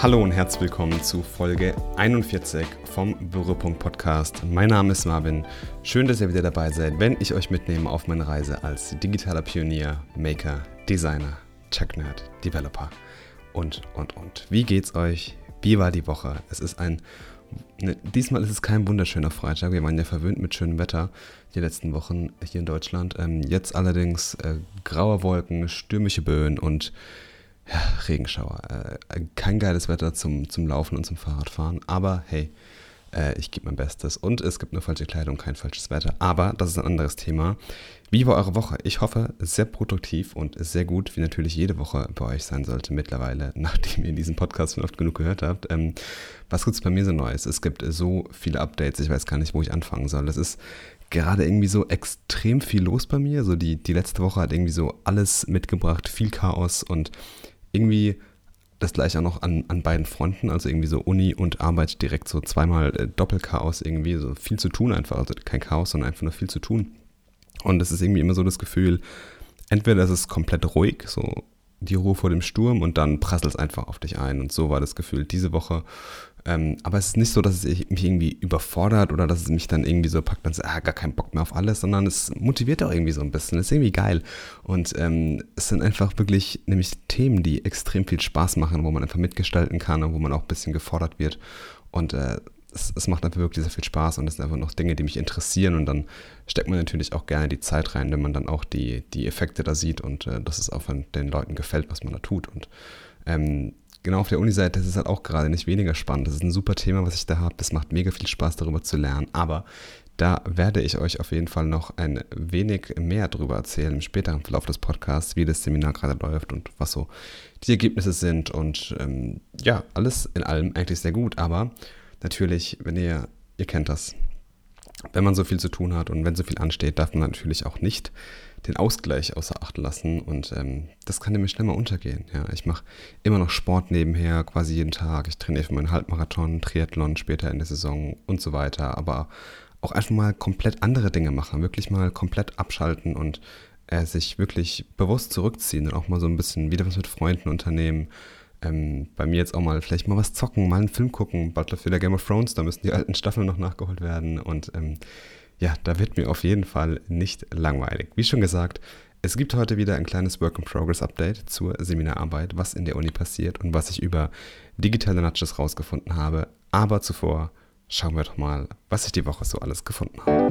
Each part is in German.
Hallo und herzlich willkommen zu Folge 41 vom Büropunkt Podcast. Mein Name ist Marvin. Schön, dass ihr wieder dabei seid, wenn ich euch mitnehme auf meine Reise als digitaler Pionier, Maker, Designer, Tech-Nerd, Developer und. Wie geht's euch? Wie war die Woche? Diesmal ist es kein wunderschöner Freitag. Wir waren ja verwöhnt mit schönem Wetter die letzten Wochen hier in Deutschland. Jetzt allerdings graue Wolken, stürmische Böen und Regenschauer. Kein geiles Wetter zum Laufen und zum Fahrradfahren, aber hey, ich gebe mein Bestes. Und es gibt nur falsche Kleidung, kein falsches Wetter. Aber das ist ein anderes Thema. Wie war eure Woche? Ich hoffe, sehr produktiv und sehr gut, wie natürlich jede Woche bei euch sein sollte mittlerweile, nachdem ihr diesen Podcast schon oft genug gehört habt. Was gibt es bei mir so Neues? Es gibt so viele Updates, ich weiß gar nicht, wo ich anfangen soll. Es ist gerade irgendwie so extrem viel los bei mir. So die letzte Woche hat irgendwie so alles mitgebracht, viel Chaos und irgendwie das gleiche auch noch an beiden Fronten, also irgendwie so Uni und Arbeit direkt so zweimal Doppelchaos irgendwie, so viel zu tun einfach, also kein Chaos, sondern einfach nur viel zu tun. Und es ist irgendwie immer so das Gefühl, entweder ist es komplett ruhig, so die Ruhe vor dem Sturm und dann prasselt es einfach auf dich ein und so war das Gefühl diese Woche. Aber es ist nicht so, dass es mich irgendwie überfordert oder dass es mich dann irgendwie so packt und sagt, gar keinen Bock mehr auf alles, sondern es motiviert auch irgendwie so ein bisschen, es ist irgendwie geil. Und es sind einfach wirklich nämlich Themen, die extrem viel Spaß machen, wo man einfach mitgestalten kann und wo man auch ein bisschen gefordert wird. Und es macht einfach wirklich sehr viel Spaß und es sind einfach noch Dinge, die mich interessieren und dann steckt man natürlich auch gerne die Zeit rein, wenn man dann auch die Effekte da sieht und dass es auch von den Leuten gefällt, was man da tut. Und genau auf der Uni-Seite ist es halt auch gerade nicht weniger spannend. Das ist ein super Thema, was ich da habe. Es macht mega viel Spaß, darüber zu lernen. Aber da werde ich euch auf jeden Fall noch ein wenig mehr darüber erzählen im späteren Verlauf des Podcasts, wie das Seminar gerade läuft und was so die Ergebnisse sind. Und alles in allem eigentlich sehr gut. Aber natürlich, wenn ihr kennt das, wenn man so viel zu tun hat und wenn so viel ansteht, darf man natürlich auch nicht den Ausgleich außer Acht lassen und das kann nämlich schnell mal untergehen. Ja. Ich mache immer noch Sport nebenher, quasi jeden Tag. Ich trainiere für meinen Halbmarathon, Triathlon später in der Saison und so weiter, aber auch einfach mal komplett andere Dinge machen, wirklich mal komplett abschalten und sich wirklich bewusst zurückziehen und auch mal so ein bisschen wieder was mit Freunden unternehmen. Bei mir jetzt auch mal vielleicht mal was zocken, mal einen Film gucken, Battlefield Game of Thrones, da müssen die alten Staffeln noch nachgeholt werden und da wird mir auf jeden Fall nicht langweilig. Wie schon gesagt, es gibt heute wieder ein kleines Work-in-Progress-Update zur Seminararbeit, was in der Uni passiert und was ich über digitale Nudges rausgefunden habe. Aber zuvor schauen wir doch mal, was ich die Woche so alles gefunden habe.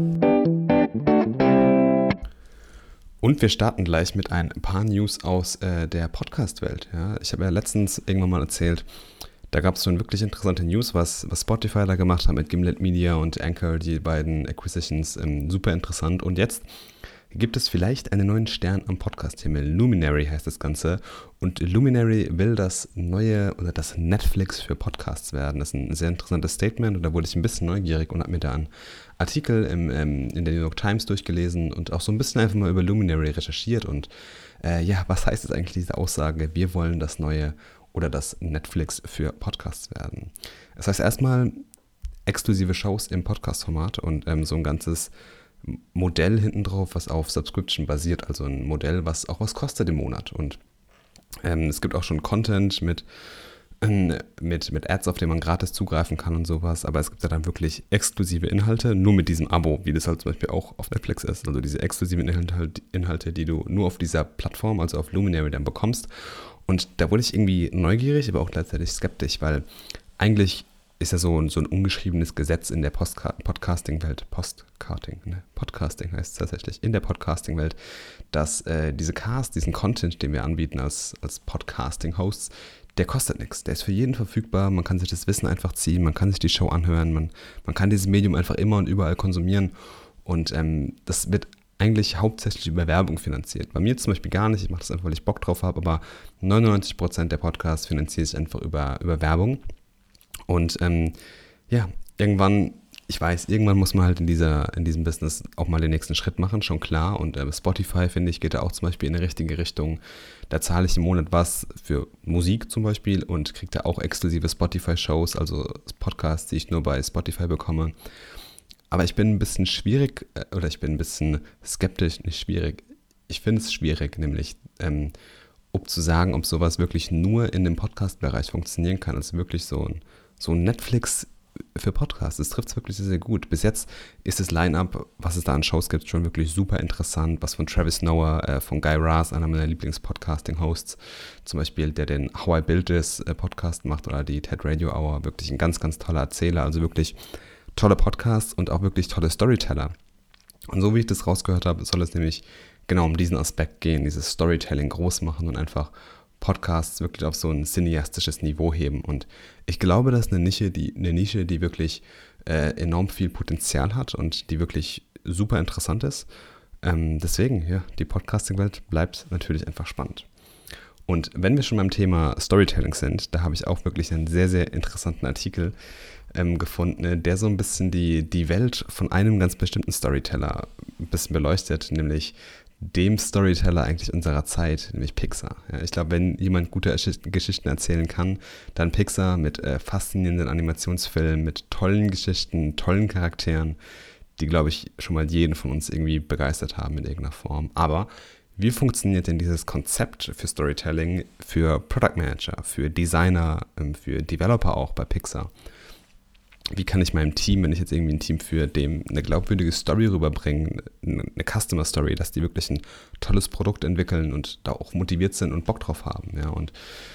Und wir starten gleich mit ein paar News aus der Podcast-Welt. Ja, ich habe ja letztens irgendwann mal erzählt, da gab es so eine wirklich interessante News, was Spotify da gemacht hat mit Gimlet Media und Anchor, die beiden Acquisitions, super interessant. Und jetzt gibt es vielleicht einen neuen Stern am Podcast-Himmel. Luminary heißt das Ganze. Und Luminary will das neue oder das Netflix für Podcasts werden. Das ist ein sehr interessantes Statement und da wurde ich ein bisschen neugierig und habe mir da einen Artikel in der New York Times durchgelesen und auch so ein bisschen einfach mal über Luminary recherchiert. Und was heißt jetzt eigentlich diese Aussage? Wir wollen das neue oder das Netflix für Podcasts werden. Das heißt erstmal exklusive Shows im Podcast-Format und so ein ganzes Modell hinten drauf, was auf Subscription basiert, also ein Modell, was auch was kostet im Monat. Und es gibt auch schon Content mit Ads, auf den man gratis zugreifen kann und sowas, aber es gibt ja dann wirklich exklusive Inhalte, nur mit diesem Abo, wie das halt zum Beispiel auch auf Netflix ist. Also diese exklusiven Inhalte, die du nur auf dieser Plattform, also auf Luminary dann bekommst. Und da wurde ich irgendwie neugierig, aber auch gleichzeitig skeptisch, weil eigentlich ist ja so ein ungeschriebenes Gesetz in der Podcasting-Welt, Podcasting heißt es tatsächlich, in der Podcasting-Welt, dass diesen Content, den wir anbieten als Podcasting-Hosts, der kostet nichts, der ist für jeden verfügbar, man kann sich das Wissen einfach ziehen, man kann sich die Show anhören, man kann dieses Medium einfach immer und überall konsumieren und das wird eigentlich hauptsächlich über Werbung finanziert. Bei mir zum Beispiel gar nicht, ich mache das einfach, weil ich Bock drauf habe, aber 99% der Podcasts finanziere ich einfach über Werbung. Und irgendwann muss man halt in diesem Business auch mal den nächsten Schritt machen, schon klar. Und Spotify, finde ich, geht da auch zum Beispiel in die richtige Richtung. Da zahle ich im Monat was für Musik zum Beispiel und kriege da auch exklusive Spotify-Shows, also Podcasts, die ich nur bei Spotify bekomme. Aber ich bin ein bisschen skeptisch, nicht schwierig. Ich finde es schwierig, nämlich ob zu sagen, ob sowas wirklich nur in dem Podcast-Bereich funktionieren kann, ist wirklich so ein Netflix für Podcasts. Das trifft es wirklich sehr, sehr gut. Bis jetzt ist das Line-Up, was es da an Shows gibt, schon wirklich super interessant. Was von Travis Noah, von Guy Raz, einer meiner Lieblings-Podcasting-Hosts, zum Beispiel, der den How I Built This Podcast macht oder die TED Radio Hour, wirklich ein ganz, ganz toller Erzähler. Also wirklich tolle Podcasts und auch wirklich tolle Storyteller. Und so wie ich das rausgehört habe, soll es nämlich genau um diesen Aspekt gehen, dieses Storytelling groß machen und einfach Podcasts wirklich auf so ein cineastisches Niveau heben. Und ich glaube, das ist eine Nische, die wirklich enorm viel Potenzial hat und die wirklich super interessant ist. Deswegen, ja, die Podcasting-Welt bleibt natürlich einfach spannend. Und wenn wir schon beim Thema Storytelling sind, da habe ich auch wirklich einen sehr, sehr interessanten Artikel gefunden, der so ein bisschen die Welt von einem ganz bestimmten Storyteller ein bisschen beleuchtet, nämlich dem Storyteller eigentlich unserer Zeit, nämlich Pixar. Ja, ich glaube, wenn jemand gute Geschichten erzählen kann, dann Pixar mit faszinierenden Animationsfilmen, mit tollen Geschichten, tollen Charakteren, die, glaube ich, schon mal jeden von uns irgendwie begeistert haben in irgendeiner Form. Aber wie funktioniert denn dieses Konzept für Storytelling für Product Manager, für Designer, für Developer auch bei Pixar? Wie kann ich meinem Team, wenn ich jetzt irgendwie ein Team führe, dem eine glaubwürdige Story rüberbringen, eine Customer Story, dass die wirklich ein tolles Produkt entwickeln und da auch motiviert sind und Bock drauf haben. Ja? Und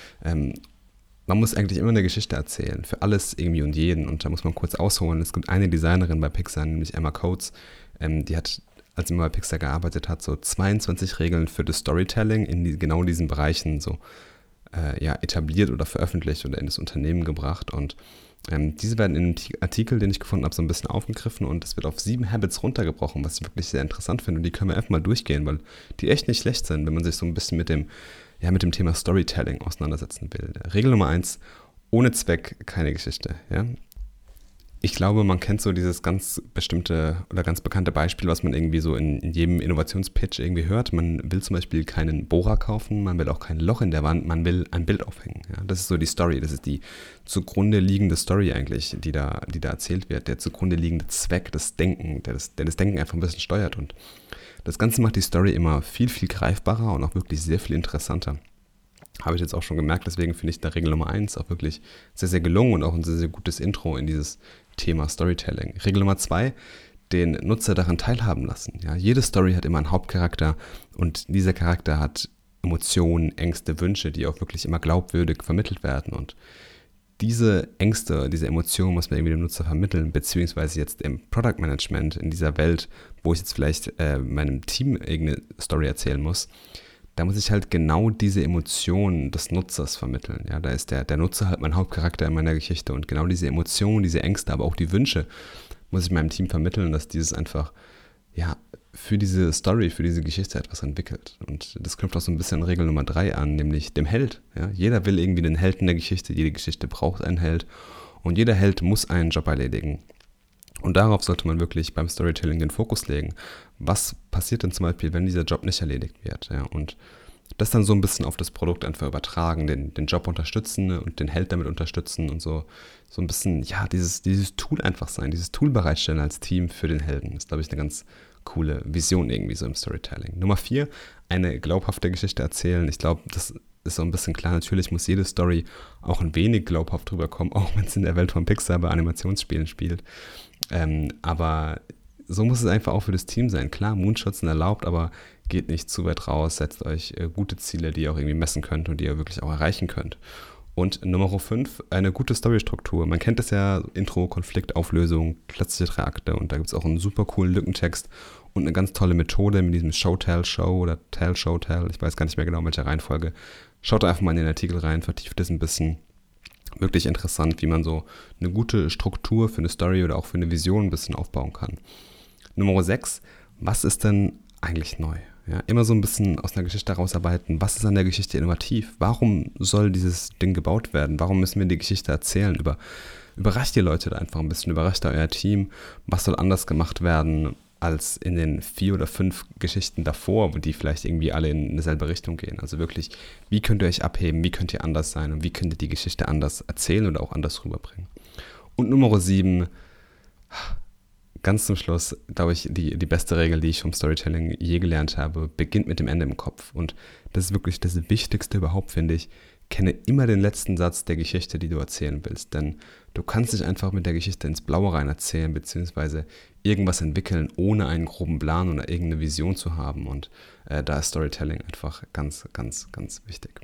man muss eigentlich immer eine Geschichte erzählen, für alles irgendwie und jeden. Und da muss man kurz ausholen. Es gibt eine Designerin bei Pixar, nämlich Emma Coates, die hat, als sie mal bei Pixar gearbeitet hat, so 22 Regeln für das Storytelling in genau diesen Bereichen so etabliert oder veröffentlicht oder in das Unternehmen gebracht. Und diese werden in einem Artikel, den ich gefunden habe, so ein bisschen aufgegriffen und es wird auf 7 Habits runtergebrochen, was ich wirklich sehr interessant finde. Und die können wir einfach mal durchgehen, weil die echt nicht schlecht sind, wenn man sich so ein bisschen mit dem Thema Storytelling auseinandersetzen will. Regel Nummer 1, ohne Zweck keine Geschichte. Ja? Ich glaube, man kennt so dieses ganz bestimmte oder ganz bekannte Beispiel, was man irgendwie so in jedem Innovationspitch irgendwie hört. Man will zum Beispiel keinen Bohrer kaufen, man will auch kein Loch in der Wand, man will ein Bild aufhängen. Ja? Das ist so die Story, das ist die zugrunde liegende Story eigentlich, die da erzählt wird, der zugrunde liegende Zweck, das Denken, der das Denken einfach ein bisschen steuert. Und das Ganze macht die Story immer viel, viel greifbarer und auch wirklich sehr viel interessanter. Habe ich jetzt auch schon gemerkt, deswegen finde ich da Regel Nummer 1 auch wirklich sehr, sehr gelungen und auch ein sehr, sehr gutes Intro in dieses Thema Storytelling. Regel Nummer 2, den Nutzer daran teilhaben lassen. Ja, jede Story hat immer einen Hauptcharakter und dieser Charakter hat Emotionen, Ängste, Wünsche, die auch wirklich immer glaubwürdig vermittelt werden. Und diese Ängste, diese Emotionen muss man irgendwie dem Nutzer vermitteln, beziehungsweise jetzt im Product Management, in dieser Welt, wo ich jetzt vielleicht meinem Team irgendeine Story erzählen muss, da muss ich halt genau diese Emotionen des Nutzers vermitteln. Ja, da ist der Nutzer halt mein Hauptcharakter in meiner Geschichte und genau diese Emotionen, diese Ängste, aber auch die Wünsche muss ich meinem Team vermitteln, dass dieses einfach für diese Story, für diese Geschichte etwas entwickelt. Und das knüpft auch so ein bisschen an Regel Nummer 3 an, nämlich dem Held. Ja, jeder will irgendwie den Held in der Geschichte, jede Geschichte braucht einen Held und jeder Held muss einen Job erledigen. Und darauf sollte man wirklich beim Storytelling den Fokus legen. Was passiert denn zum Beispiel, wenn dieser Job nicht erledigt wird? Ja, und das dann so ein bisschen auf das Produkt einfach übertragen, den Job unterstützen und den Held damit unterstützen und so ein bisschen, dieses Tool einfach sein, dieses Tool bereitstellen als Team für den Helden. Das ist, glaube ich, eine ganz coole Vision irgendwie so im Storytelling. Nummer 4, eine glaubhafte Geschichte erzählen. Ich glaube, das ist so ein bisschen klar. Natürlich muss jede Story auch ein wenig glaubhaft rüberkommen, auch wenn es in der Welt von Pixar bei Animationsspielen spielt. Aber so muss es einfach auch für das Team sein. Klar, Moonshots sind erlaubt, aber geht nicht zu weit raus. Setzt euch gute Ziele, die ihr auch irgendwie messen könnt und die ihr wirklich auch erreichen könnt. Und Nummer 5, eine gute Storystruktur. Man kennt das ja, Intro, Konflikt, Auflösung, klassische 3 Akte. Und da gibt es auch einen super coolen Lückentext und eine ganz tolle Methode mit diesem Show-Tell-Show oder Tell-Show-Tell. Ich weiß gar nicht mehr genau, in welcher Reihenfolge. Schaut einfach mal in den Artikel rein, vertieft es ein bisschen. Wirklich interessant, wie man so eine gute Struktur für eine Story oder auch für eine Vision ein bisschen aufbauen kann. Nummer 6, was ist denn eigentlich neu? Ja, immer so ein bisschen aus einer Geschichte herausarbeiten, was ist an der Geschichte innovativ? Warum soll dieses Ding gebaut werden? Warum müssen wir die Geschichte erzählen? Überrascht die Leute da einfach ein bisschen, überrascht da euer Team. Was soll anders gemacht werden als in den 4 oder 5 Geschichten davor, wo die vielleicht irgendwie alle in dieselbe Richtung gehen? Also wirklich, wie könnt ihr euch abheben, wie könnt ihr anders sein und wie könnt ihr die Geschichte anders erzählen oder auch anders rüberbringen? Und Nummer 7, ganz zum Schluss, glaube ich, die beste Regel, die ich vom Storytelling je gelernt habe, beginnt mit dem Ende im Kopf. Und das ist wirklich das Wichtigste überhaupt, finde ich. Kenne immer den letzten Satz der Geschichte, die du erzählen willst. Denn du kannst nicht einfach mit der Geschichte ins Blaue rein erzählen, beziehungsweise irgendwas entwickeln, ohne einen groben Plan oder irgendeine Vision zu haben. Und da ist Storytelling einfach ganz, ganz, ganz wichtig.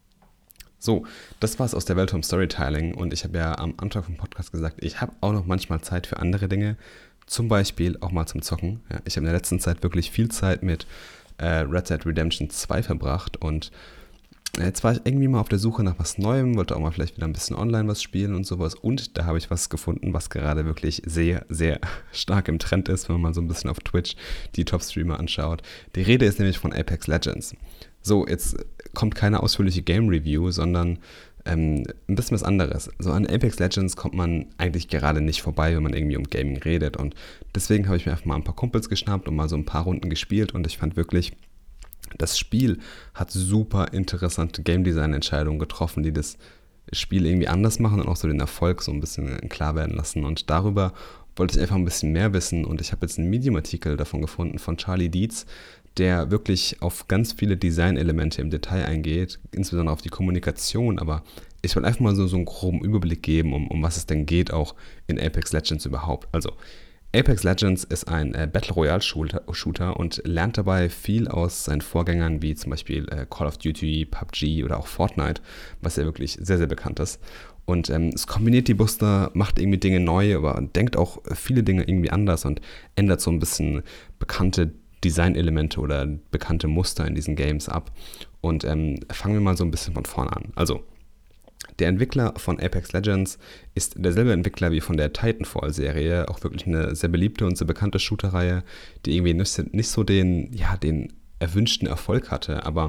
So, das war's aus der Welt vom Storytelling. Und ich habe ja am Anfang vom Podcast gesagt, ich habe auch noch manchmal Zeit für andere Dinge. Zum Beispiel auch mal zum Zocken. Ja, ich habe in der letzten Zeit wirklich viel Zeit mit Red Dead Redemption 2 verbracht und jetzt war ich irgendwie mal auf der Suche nach was Neuem, wollte auch mal vielleicht wieder ein bisschen online was spielen und sowas. Und da habe ich was gefunden, was gerade wirklich sehr, sehr stark im Trend ist, wenn man mal so ein bisschen auf Twitch die Top-Streamer anschaut. Die Rede ist nämlich von Apex Legends. So, jetzt kommt keine ausführliche Game-Review, sondern ein bisschen was anderes. So an Apex Legends kommt man eigentlich gerade nicht vorbei, wenn man irgendwie um Gaming redet. Und deswegen habe ich mir einfach mal ein paar Kumpels geschnappt und mal so ein paar Runden gespielt. Und ich fand wirklich, das Spiel hat super interessante Game Design Entscheidungen getroffen, die das Spiel irgendwie anders machen und auch so den Erfolg so ein bisschen klar werden lassen. Und darüber wollte ich einfach ein bisschen mehr wissen. Und ich habe jetzt einen Medium-Artikel davon gefunden von Charlie Dietz, der wirklich auf ganz viele Designelemente im Detail eingeht, insbesondere auf die Kommunikation. Aber ich wollte einfach mal so einen groben Überblick geben, um was es denn geht, auch in Apex Legends überhaupt. Also Apex Legends ist ein Battle Royale Shooter und lernt dabei viel aus seinen Vorgängern wie zum Beispiel Call of Duty, PUBG oder auch Fortnite, was ja wirklich sehr, sehr bekannt ist. Und es kombiniert die Muster, macht irgendwie Dinge neu, aber denkt auch viele Dinge irgendwie anders und ändert so ein bisschen bekannte Designelemente oder bekannte Muster in diesen Games ab. Und fangen wir mal so ein bisschen von vorne an. Also, der Entwickler von Apex Legends ist derselbe Entwickler wie von der Titanfall-Serie, auch wirklich eine sehr beliebte und sehr bekannte Shooter-Reihe, die irgendwie nicht so den erwünschten Erfolg hatte, aber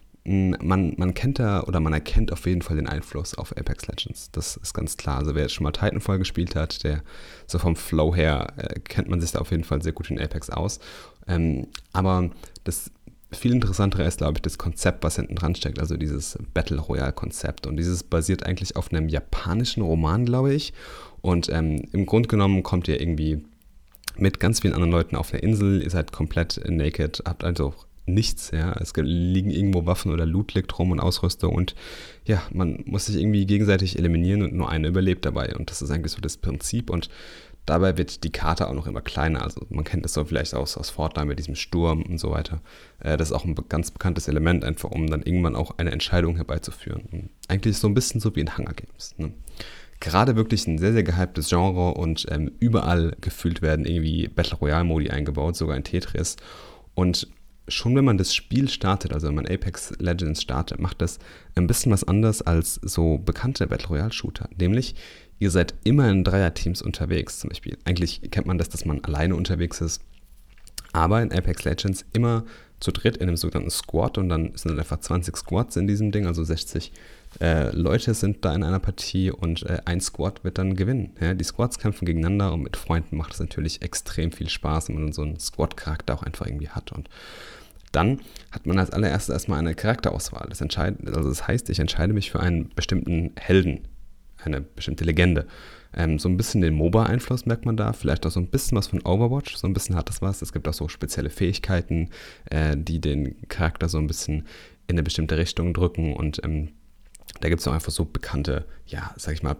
man kennt da oder man erkennt auf jeden Fall den Einfluss auf Apex Legends. Das ist ganz klar. Also wer jetzt schon mal Titanfall gespielt hat, der so vom Flow her kennt man sich da auf jeden Fall sehr gut in Apex aus. Aber das viel interessantere ist, glaube ich, das Konzept, was hinten dran steckt, also dieses Battle Royale-Konzept. Und dieses basiert eigentlich auf einem japanischen Roman, glaube ich. Und im Grunde genommen kommt ihr irgendwie mit ganz vielen anderen Leuten auf einer Insel, ihr seid komplett naked, habt also nichts, ja. Es liegen irgendwo Waffen oder Loot liegt rum und Ausrüstung und ja, man muss sich irgendwie gegenseitig eliminieren und nur einer überlebt dabei. Und das ist eigentlich so das Prinzip und dabei wird die Karte auch noch immer kleiner. Also man kennt das so vielleicht aus Fortnite mit diesem Sturm und so weiter. Das ist auch ein ganz bekanntes Element, einfach um dann irgendwann auch eine Entscheidung herbeizuführen. Und eigentlich so ein bisschen so wie in Hunger Games. Ne? Gerade wirklich ein sehr, sehr gehyptes Genre und überall gefühlt werden irgendwie Battle Royale Modi eingebaut, sogar in Tetris. Und schon wenn man das Spiel startet, also wenn man Apex Legends startet, macht das ein bisschen was anders als so bekannte Battle Royale Shooter. Nämlich, ihr seid immer in Dreierteams unterwegs zum Beispiel. Eigentlich kennt man das, dass man alleine unterwegs ist. Aber in Apex Legends immer zu dritt in einem sogenannten Squad und dann sind einfach 20 Squads in diesem Ding, also 60 Leute sind da in einer Partie und ein Squad wird dann gewinnen. Ja? Die Squads kämpfen gegeneinander und mit Freunden macht es natürlich extrem viel Spaß, wenn man so einen Squad-Charakter auch einfach irgendwie hat. Und dann hat man als allererstes erstmal eine Charakterauswahl. Das heißt, ich entscheide mich für einen bestimmten Helden, eine bestimmte Legende. So ein bisschen den MOBA-Einfluss merkt man da, vielleicht auch so ein bisschen was von Overwatch, so ein bisschen hat das was. Es gibt auch so spezielle Fähigkeiten, die den Charakter so ein bisschen in eine bestimmte Richtung drücken und da gibt es auch einfach so bekannte, ja, sag ich mal,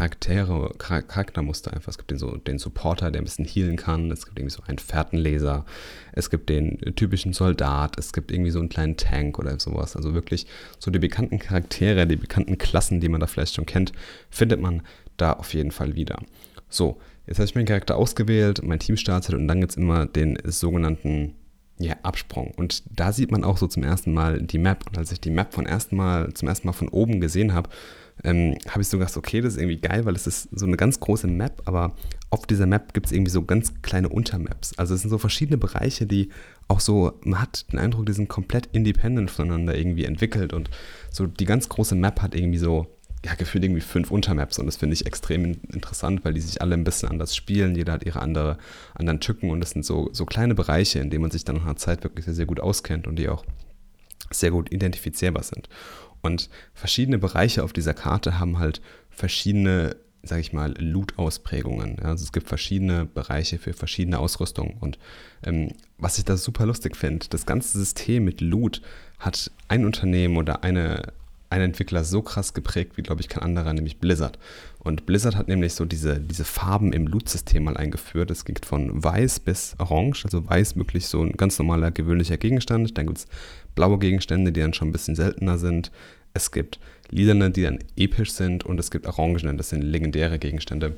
Charaktermuster einfach. Es gibt den Supporter, der ein bisschen healen kann. Es gibt irgendwie so einen Fährtenleser. Es gibt den typischen Soldat. Es gibt irgendwie so einen kleinen Tank oder sowas. Also wirklich so die bekannten Charaktere, die bekannten Klassen, die man da vielleicht schon kennt, findet man da auf jeden Fall wieder. So, jetzt habe ich meinen Charakter ausgewählt, mein Team startet und dann gibt es immer den sogenannten Absprung. Und da sieht man auch so zum ersten Mal die Map. Und als ich die Map zum ersten Mal von oben gesehen habe, habe ich so gedacht, okay, das ist irgendwie geil, weil es ist so eine ganz große Map, aber auf dieser Map gibt es irgendwie so ganz kleine Untermaps. Also es sind so verschiedene Bereiche, die auch so, man hat den Eindruck, die sind komplett independent voneinander irgendwie entwickelt und so die ganz große Map hat irgendwie so, ja, gefühlt irgendwie 5 Untermaps und das finde ich extrem interessant, weil die sich alle ein bisschen anders spielen, jeder hat ihre anderen Tücken und das sind so kleine Bereiche, in denen man sich dann nach einer Zeit wirklich sehr, sehr gut auskennt und die auch sehr gut identifizierbar sind. Und verschiedene Bereiche auf dieser Karte haben halt verschiedene sage ich mal, Loot-Ausprägungen. Ja, also es gibt verschiedene Bereiche für verschiedene Ausrüstung. Und was ich da super lustig finde, das ganze System mit Loot hat ein Unternehmen oder ein Entwickler so krass geprägt, wie, glaube ich, kein anderer, nämlich Blizzard. Und Blizzard hat nämlich so diese Farben im Loot-System mal eingeführt. Es geht von weiß bis orange. Also weiß wirklich so ein ganz normaler, gewöhnlicher Gegenstand. Dann gibt es blaue Gegenstände, die dann schon ein bisschen seltener sind. Es gibt lilane, die dann episch sind. Und es gibt orangene, das sind legendäre Gegenstände.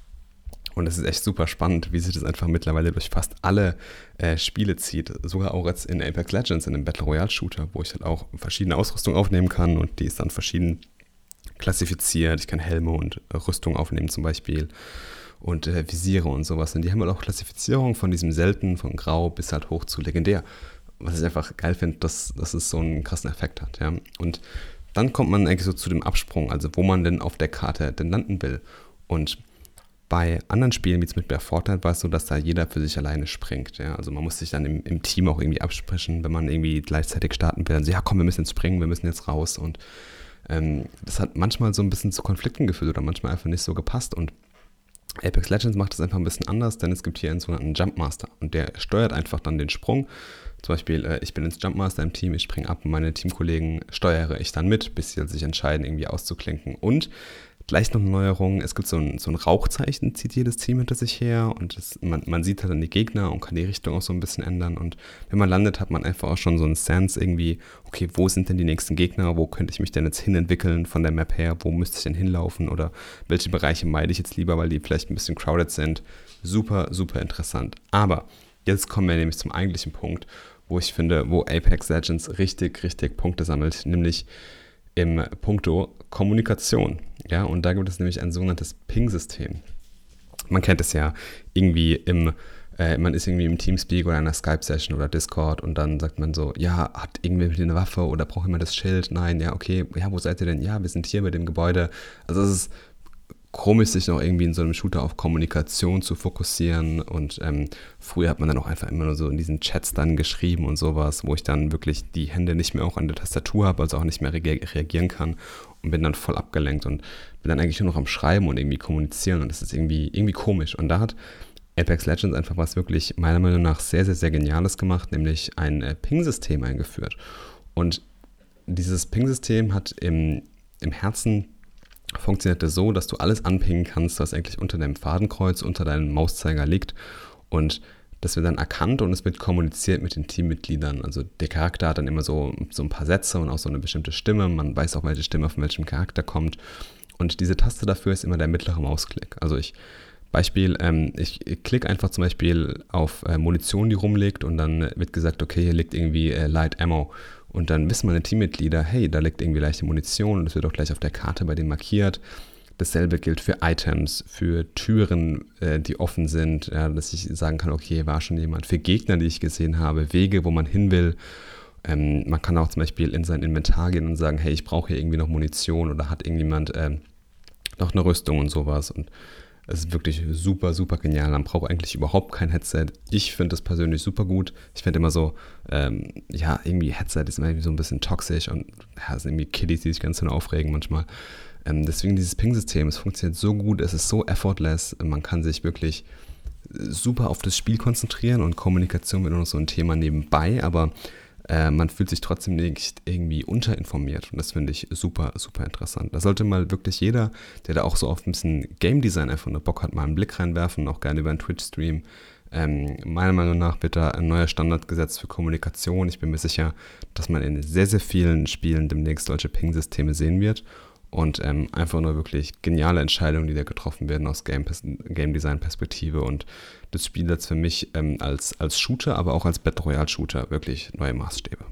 Und es ist echt super spannend, wie sich das einfach mittlerweile durch fast alle Spiele zieht. Sogar auch jetzt in Apex Legends, in einem Battle Royale Shooter, wo ich halt auch verschiedene Ausrüstung aufnehmen kann und die ist dann verschieden klassifiziert. Ich kann Helme und Rüstung aufnehmen zum Beispiel und Visiere und sowas. Und die haben halt auch Klassifizierung von diesem selten, von grau bis halt hoch zu legendär. Was ich einfach geil finde, dass es so einen krassen Effekt hat. Ja. Und dann kommt man eigentlich so zu dem Absprung, also wo man denn auf der Karte denn landen will. Und bei anderen Spielen, wie zum Beispiel bei Fortnite, war es so, dass da jeder für sich alleine springt. Ja? Also man muss sich dann im Team auch irgendwie absprechen, wenn man irgendwie gleichzeitig starten will. Also ja, komm, wir müssen jetzt springen, wir müssen jetzt raus. Und das hat manchmal so ein bisschen zu Konflikten geführt oder manchmal einfach nicht so gepasst. Und Apex Legends macht das einfach ein bisschen anders, denn es gibt hier einen sogenannten Jumpmaster. Und der steuert einfach dann den Sprung. Zum Beispiel, ich bin ins Jumpmaster im Team, ich springe ab und meine Teamkollegen steuere ich dann mit, bis sie sich entscheiden, irgendwie auszuklinken. Und gleich noch eine Neuerung, es gibt so ein Rauchzeichen, zieht jedes Team hinter sich her und man sieht halt dann die Gegner und kann die Richtung auch so ein bisschen ändern und wenn man landet, hat man einfach auch schon so einen Sense irgendwie, okay, wo sind denn die nächsten Gegner, wo könnte ich mich denn jetzt hinentwickeln von der Map her, wo müsste ich denn hinlaufen oder welche Bereiche meide ich jetzt lieber, weil die vielleicht ein bisschen crowded sind. Super, super interessant. Aber jetzt kommen wir nämlich zum eigentlichen Punkt, wo ich finde, wo Apex Legends richtig, richtig Punkte sammelt, nämlich im Punkto Kommunikation. Ja, und da gibt es nämlich ein sogenanntes Ping-System. Man kennt es ja irgendwie man ist irgendwie im Teamspeak oder einer Skype-Session oder Discord und dann sagt man so, ja, hat irgendwer mit dir eine Waffe oder braucht jemand das Schild? Nein, ja, okay, ja, wo seid ihr denn? Ja, wir sind hier bei dem Gebäude. Also es ist komisch, sich noch irgendwie in so einem Shooter auf Kommunikation zu fokussieren und früher hat man dann auch einfach immer nur so in diesen Chats dann geschrieben und sowas, wo ich dann wirklich die Hände nicht mehr auch an der Tastatur habe, also auch nicht mehr reagieren kann und bin dann voll abgelenkt und bin dann eigentlich nur noch am Schreiben und irgendwie kommunizieren und das ist irgendwie komisch und da hat Apex Legends einfach was wirklich meiner Meinung nach sehr, sehr, sehr Geniales gemacht, nämlich ein Ping-System eingeführt und dieses Ping-System hat im Herzen funktioniert das so, dass du alles anpingen kannst, was eigentlich unter deinem Fadenkreuz, unter deinem Mauszeiger liegt und das wird dann erkannt und es wird kommuniziert mit den Teammitgliedern. Also der Charakter hat dann immer so ein paar Sätze und auch so eine bestimmte Stimme. Man weiß auch, welche Stimme von welchem Charakter kommt. Und diese Taste dafür ist immer der mittlere Mausklick. Also ich klicke einfach zum Beispiel auf Munition, die rumliegt und dann wird gesagt, okay, hier liegt irgendwie Light Ammo. Und dann wissen meine Teammitglieder, hey, da liegt irgendwie leichte Munition und das wird auch gleich auf der Karte bei denen markiert. Dasselbe gilt für Items, für Türen, die offen sind, ja, dass ich sagen kann, okay, war schon jemand. Für Gegner, die ich gesehen habe, Wege, wo man hin will. Man kann auch zum Beispiel in sein Inventar gehen und sagen, hey, ich brauche hier irgendwie noch Munition oder hat irgendjemand noch eine Rüstung und sowas. Und es ist wirklich super, super genial. Man braucht eigentlich überhaupt kein Headset. Ich finde das persönlich super gut. Ich finde immer so, irgendwie Headset ist immer irgendwie so ein bisschen toxisch und ja, es sind irgendwie Kiddies, die sich ganz schön aufregen manchmal. Deswegen dieses Ping-System, es funktioniert so gut, es ist so effortless, man kann sich wirklich super auf das Spiel konzentrieren und Kommunikation wird nur noch so ein Thema nebenbei, aber man fühlt sich trotzdem nicht irgendwie unterinformiert und das finde ich super, super interessant. Da sollte mal wirklich jeder, der da auch so auf ein bisschen Game Design einfach nur Bock hat, mal einen Blick reinwerfen, auch gerne über einen Twitch-Stream. Meiner Meinung nach wird da ein neuer Standard gesetzt für Kommunikation. Ich bin mir sicher, dass man in sehr, sehr vielen Spielen demnächst solche Ping-Systeme sehen wird. Und einfach nur wirklich geniale Entscheidungen, die da getroffen werden aus Game-Design-Perspektive. Und das Spiel jetzt für mich als Shooter, aber auch als Battle Royale-Shooter wirklich neue Maßstäbe.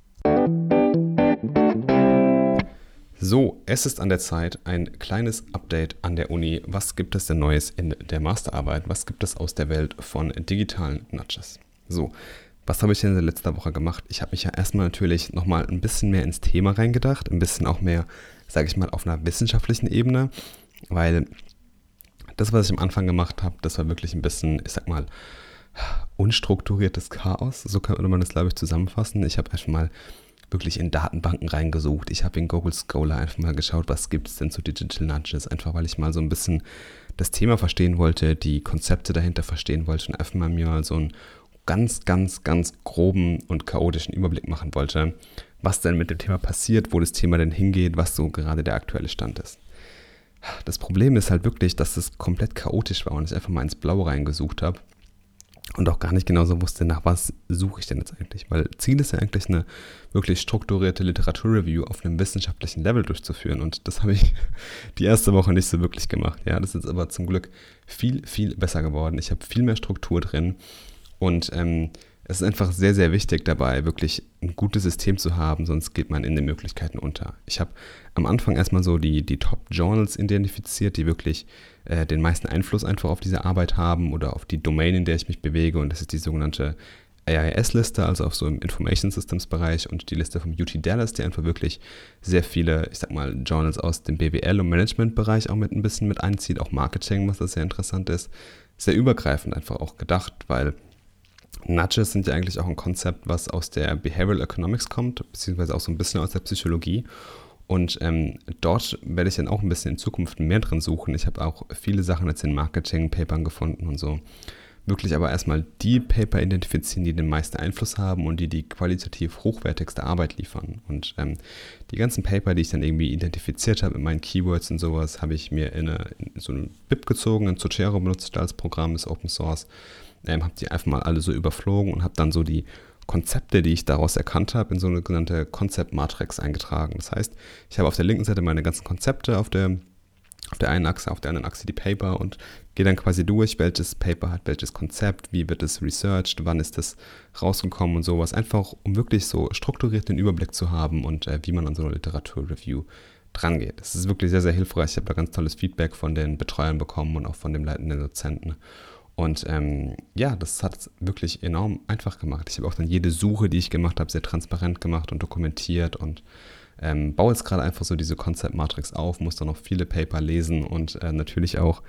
So, es ist an der Zeit, ein kleines Update an der Uni. Was gibt es denn Neues in der Masterarbeit? Was gibt es aus der Welt von digitalen Nudges? So, was habe ich denn in letzter Woche gemacht? Ich habe mich ja erstmal natürlich nochmal ein bisschen mehr ins Thema reingedacht, ein bisschen auch mehr, sage ich mal, auf einer wissenschaftlichen Ebene, weil das, was ich am Anfang gemacht habe, das war wirklich ein bisschen, ich sag mal, unstrukturiertes Chaos. So kann man das, glaube ich, zusammenfassen. Ich habe erstmal wirklich in Datenbanken reingesucht. Ich habe in Google Scholar einfach mal geschaut, was gibt es denn zu Digital Nudges, einfach weil ich mal so ein bisschen das Thema verstehen wollte, die Konzepte dahinter verstehen wollte und einfach mal mir so einen ganz, ganz, ganz groben und chaotischen Überblick machen wollte, was denn mit dem Thema passiert, wo das Thema denn hingeht, was so gerade der aktuelle Stand ist. Das Problem ist halt wirklich, dass es komplett chaotisch war und ich einfach mal ins Blaue reingesucht habe und auch gar nicht genau so wusste, nach was suche ich denn jetzt eigentlich. Weil Ziel ist ja eigentlich, eine wirklich strukturierte Literaturreview auf einem wissenschaftlichen Level durchzuführen und das habe ich die erste Woche nicht so wirklich gemacht. Ja, das ist aber zum Glück viel, viel besser geworden. Ich habe viel mehr Struktur drin und es ist einfach sehr, sehr wichtig dabei, wirklich ein gutes System zu haben, sonst geht man in den Möglichkeiten unter. Ich habe am Anfang erstmal so die Top-Journals identifiziert, die wirklich den meisten Einfluss einfach auf diese Arbeit haben oder auf die Domain, in der ich mich bewege. Und das ist die sogenannte AIS-Liste, also auf so im Information Systems-Bereich und die Liste vom UT Dallas, die einfach wirklich sehr viele, ich sag mal, Journals aus dem BWL- und Management-Bereich auch mit ein bisschen mit einzieht, auch Marketing, was das sehr interessant ist. Sehr übergreifend einfach auch gedacht, weil Nudges sind ja eigentlich auch ein Konzept, was aus der Behavioral Economics kommt, beziehungsweise auch so ein bisschen aus der Psychologie. Und dort werde ich dann auch ein bisschen in Zukunft mehr drin suchen. Ich habe auch viele Sachen jetzt in Marketing-Papern gefunden und so. Wirklich aber erstmal die Paper identifizieren, die den meisten Einfluss haben und die qualitativ hochwertigste Arbeit liefern. Und die ganzen Paper, die ich dann irgendwie identifiziert habe mit meinen Keywords und sowas, habe ich mir in so ein BIP gezogen, ein Zotero benutzt als Programm, ist Open Source. Habe die einfach mal alle so überflogen und habe dann so die Konzepte, die ich daraus erkannt habe, in so eine sogenannte Konzept-Matrix eingetragen. Das heißt, ich habe auf der linken Seite meine ganzen Konzepte, auf der einen Achse, auf der anderen Achse die Paper und gehe dann quasi durch, welches Paper hat welches Konzept, wie wird es researched, wann ist das rausgekommen und sowas. Einfach, um wirklich so strukturiert den Überblick zu haben und wie man an so eine Literaturreview dran geht. Das ist wirklich sehr, sehr hilfreich. Ich habe da ganz tolles Feedback von den Betreuern bekommen und auch von dem leitenden Dozenten. Und das hat es wirklich enorm einfach gemacht. Ich habe auch dann jede Suche, die ich gemacht habe, sehr transparent gemacht und dokumentiert und baue jetzt gerade einfach so diese Concept-Matrix auf, muss dann noch viele Paper lesen und natürlich auch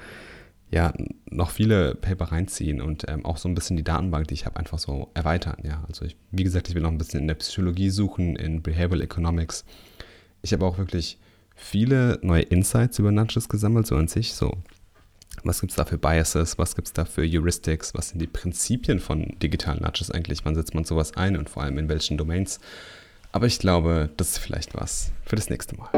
noch viele Paper reinziehen und auch so ein bisschen die Datenbank, die ich habe, einfach so erweitern. Ja, also wie gesagt, ich will noch ein bisschen in der Psychologie suchen, in Behavioral Economics. Ich habe auch wirklich viele neue Insights über Nudges gesammelt, so an sich, so. Was gibt es da für Biases, was gibt es da für Heuristics, was sind die Prinzipien von digitalen Nudges eigentlich, wann setzt man sowas ein und vor allem in welchen Domains. Aber ich glaube, das ist vielleicht was für das nächste Mal.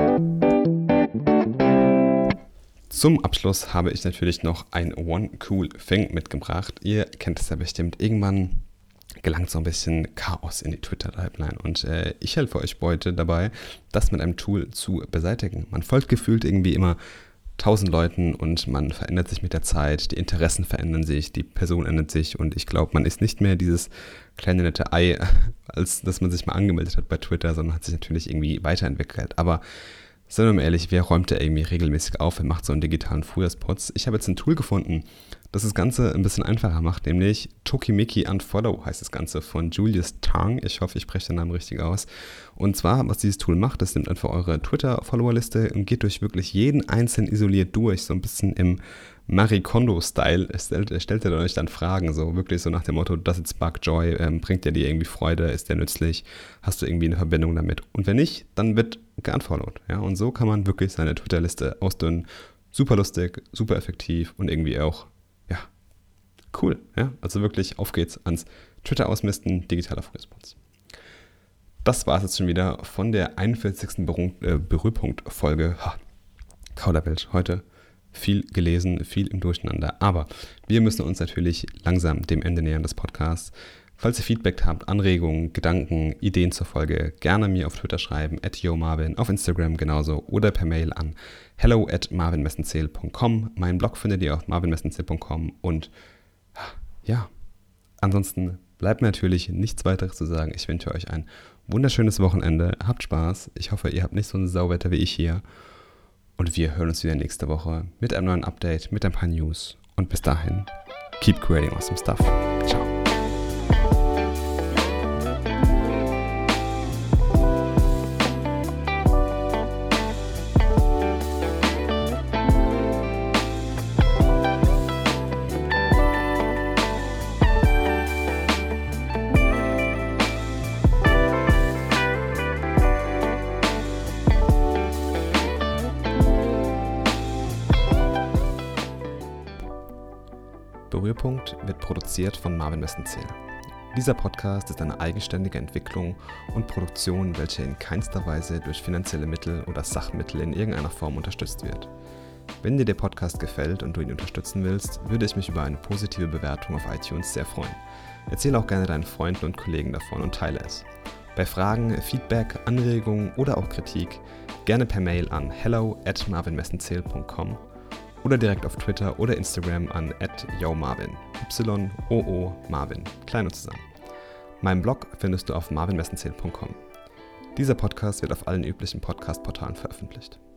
Zum Abschluss habe ich natürlich noch ein One Cool Thing mitgebracht. Ihr kennt es ja bestimmt, irgendwann gelangt so ein bisschen Chaos in die Twitter-Timeline und ich helfe euch heute dabei, das mit einem Tool zu beseitigen. Man folgt gefühlt irgendwie immer 1000 Leuten und man verändert sich mit der Zeit, die Interessen verändern sich, die Person ändert sich und ich glaube, man ist nicht mehr dieses kleine nette Ei, als dass man sich mal angemeldet hat bei Twitter, sondern hat sich natürlich irgendwie weiterentwickelt. Aber seien wir mal ehrlich, wer räumt da irgendwie regelmäßig auf und macht so einen digitalen Frühjahrsputz? Ich habe jetzt ein Tool gefunden, das das Ganze ein bisschen einfacher macht, nämlich Tokimeki Unfollow heißt das Ganze von Julius Tang. Ich hoffe, ich spreche den Namen richtig aus. Und zwar, was dieses Tool macht, das nimmt einfach eure Twitter-Follower-Liste und geht durch wirklich jeden einzelnen isoliert durch, so ein bisschen im Marie Kondo-Style. Stellt ihr euch dann Fragen, so wirklich so nach dem Motto, does it spark joy, bringt der dir irgendwie Freude, ist der nützlich, hast du irgendwie eine Verbindung damit? Und wenn nicht, dann wird geunfollowed. Ja? Und so kann man wirklich seine Twitter-Liste ausdünnen. Super lustig, super effektiv und irgendwie auch cool, ja, also wirklich auf geht's ans Twitter ausmisten, digitaler Frühjahrsputz. Das war es jetzt schon wieder von der 41. Berührpunkt-Folge. Kauderwelsch, heute viel gelesen, viel im Durcheinander, aber wir müssen uns natürlich langsam dem Ende nähern des Podcasts. Falls ihr Feedback habt, Anregungen, Gedanken, Ideen zur Folge, gerne mir auf Twitter schreiben, @yomarvin, auf Instagram genauso oder per Mail an hello@marvinmessenzähl.com. Meinen Blog findet ihr auf marvinmessenzähl.com und ansonsten bleibt mir natürlich nichts weiteres zu sagen. Ich wünsche euch ein wunderschönes Wochenende. Habt Spaß. Ich hoffe, ihr habt nicht so ein Sauwetter wie ich hier. Und wir hören uns wieder nächste Woche mit einem neuen Update, mit ein paar News. Und bis dahin, keep creating awesome stuff. Ciao. Rührpunkt wird produziert von Marvin Messenzähl. Dieser Podcast ist eine eigenständige Entwicklung und Produktion, welche in keinster Weise durch finanzielle Mittel oder Sachmittel in irgendeiner Form unterstützt wird. Wenn dir der Podcast gefällt und du ihn unterstützen willst, würde ich mich über eine positive Bewertung auf iTunes sehr freuen. Erzähle auch gerne deinen Freunden und Kollegen davon und teile es. Bei Fragen, Feedback, Anregungen oder auch Kritik gerne per Mail an hello@marvinmessenzähl.com oder direkt auf Twitter oder Instagram an @yomarvin, YOO Marvin, klein und zusammen. Meinen Blog findest du auf marvinmessenzähl.com. Dieser Podcast wird auf allen üblichen Podcast-Portalen veröffentlicht.